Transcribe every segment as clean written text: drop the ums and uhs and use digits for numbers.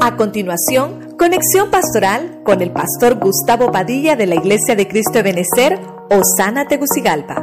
A continuación, conexión pastoral con el pastor Gustavo Padilla de la Iglesia de Cristo de Benecer, Osana, Tegucigalpa.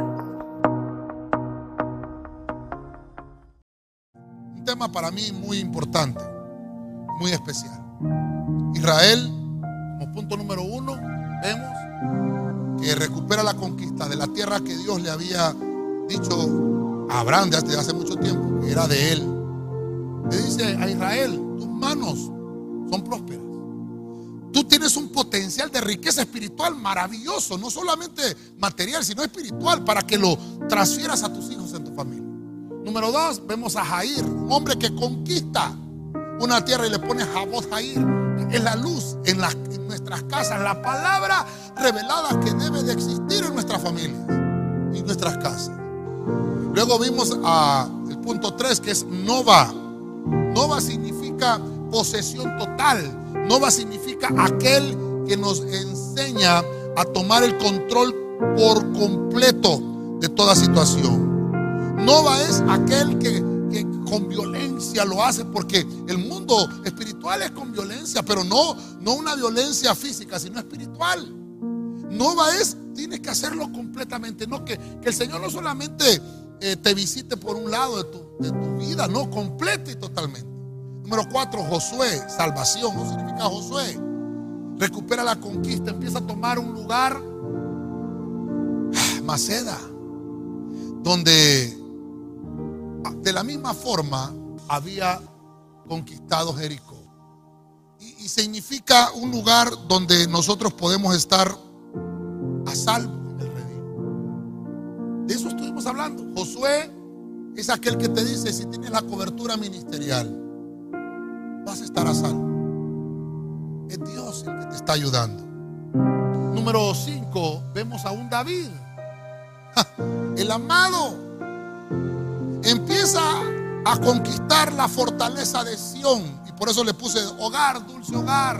Un tema para mí muy importante, muy especial. Israel, como punto número 1, vemos que recupera la conquista de la tierra que Dios le había dicho a Abraham desde hace mucho tiempo, que era de él. Le dice a Israel: tus manos son prósperas. Tú tienes un potencial de riqueza espiritual maravilloso, no solamente material, sino espiritual, para que lo transfieras a tus hijos en tu familia. Número 2, vemos a Jair, un hombre que conquista una tierra y le pone Jabot Jair. Es la luz en nuestras casas, la palabra revelada que debe de existir en nuestras familias y en nuestras casas. Luego vimos el punto 3, que es Nova. Nova significa posesión total. Nova significa aquel que nos enseña a tomar el control por completo de toda situación. Nova es aquel que con violencia lo hace, porque el mundo espiritual es con violencia, pero no una violencia física, sino espiritual. Nova es, tienes que hacerlo completamente, no que el Señor no solamente te visite por un lado de tu vida, no, completa y totalmente. Número 4, Josué, salvación. No significa Josué. Recupera la conquista, empieza a tomar un lugar, Maceda, donde de la misma forma había conquistado Jericó. Y significa un lugar donde nosotros podemos estar a salvo en el redil. De eso estuvimos hablando. Josué es aquel que te dice: si tienes la cobertura ministerial, vas a estar a salvo. Es Dios el que te está ayudando. Número 5, vemos a un David, el amado. Empieza a conquistar la fortaleza de Sión, y por eso le puse hogar, dulce hogar,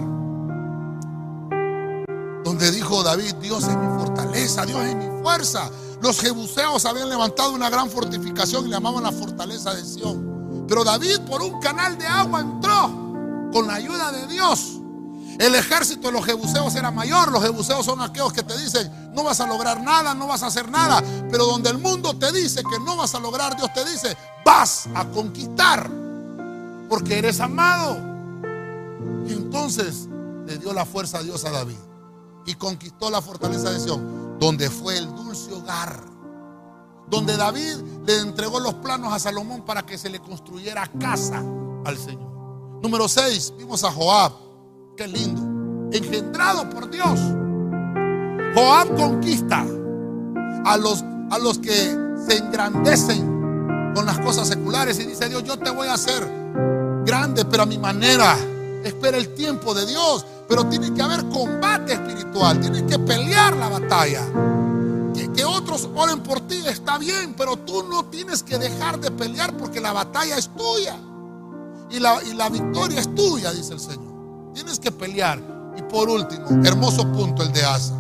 donde dijo David: Dios es mi fortaleza, Dios es mi fuerza. Los jebuseos habían levantado una gran fortificación y le llamaban la fortaleza de Sión. Pero David, por un canal de agua, entró con la ayuda de Dios. El ejército de los jebuseos era mayor. Los jebuseos son aquellos que te dicen: no vas a lograr nada, no vas a hacer nada. Pero donde el mundo te dice que no vas a lograr, Dios te dice: vas a conquistar, porque eres amado. Y entonces le dio la fuerza a Dios a David y conquistó la fortaleza de Sión, donde fue el dulce hogar, donde David le entregó los planos a Salomón para que se le construyera casa al Señor. Número 6, vimos a Joab. Qué lindo, engendrado por Dios. Joab conquista a los que se engrandecen con las cosas seculares y dice: Dios, yo te voy a hacer grande, pero a mi manera. Espera el tiempo de Dios, pero tiene que haber combate espiritual, tienes que pelear la batalla. Que otros oren por ti está bien, pero tú no tienes que dejar de pelear, porque la batalla es tuya y la victoria es tuya, dice el Señor. Tienes que pelear. Y por último, hermoso punto, el de Asa.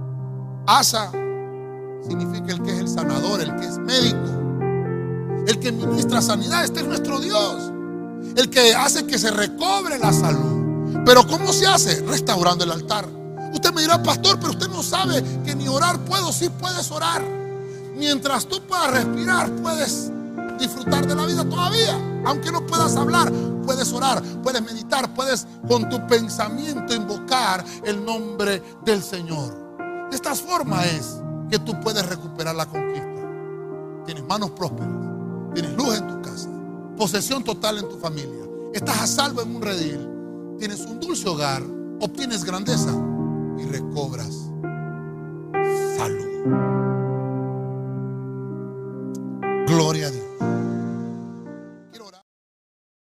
Asa significa el que es el sanador, el que es médico, el que ministra sanidad. Este es nuestro Dios, el que hace que se recobre la salud. Pero ¿cómo se hace? Restaurando el altar. Usted me dirá: pastor, pero usted no sabe que ni orar puedo. Sí puedes orar. Mientras tú puedas respirar, puedes disfrutar de la vida todavía. Aunque no puedas hablar, puedes orar, puedes meditar, puedes con tu pensamiento invocar el nombre del Señor. De esta forma es que tú puedes recuperar la conquista. Tienes manos prósperas, tienes luz en tu casa, posesión total en tu familia, estás a salvo en un redil, tienes un dulce hogar, obtienes grandeza y recobras salud. Gloria a Dios.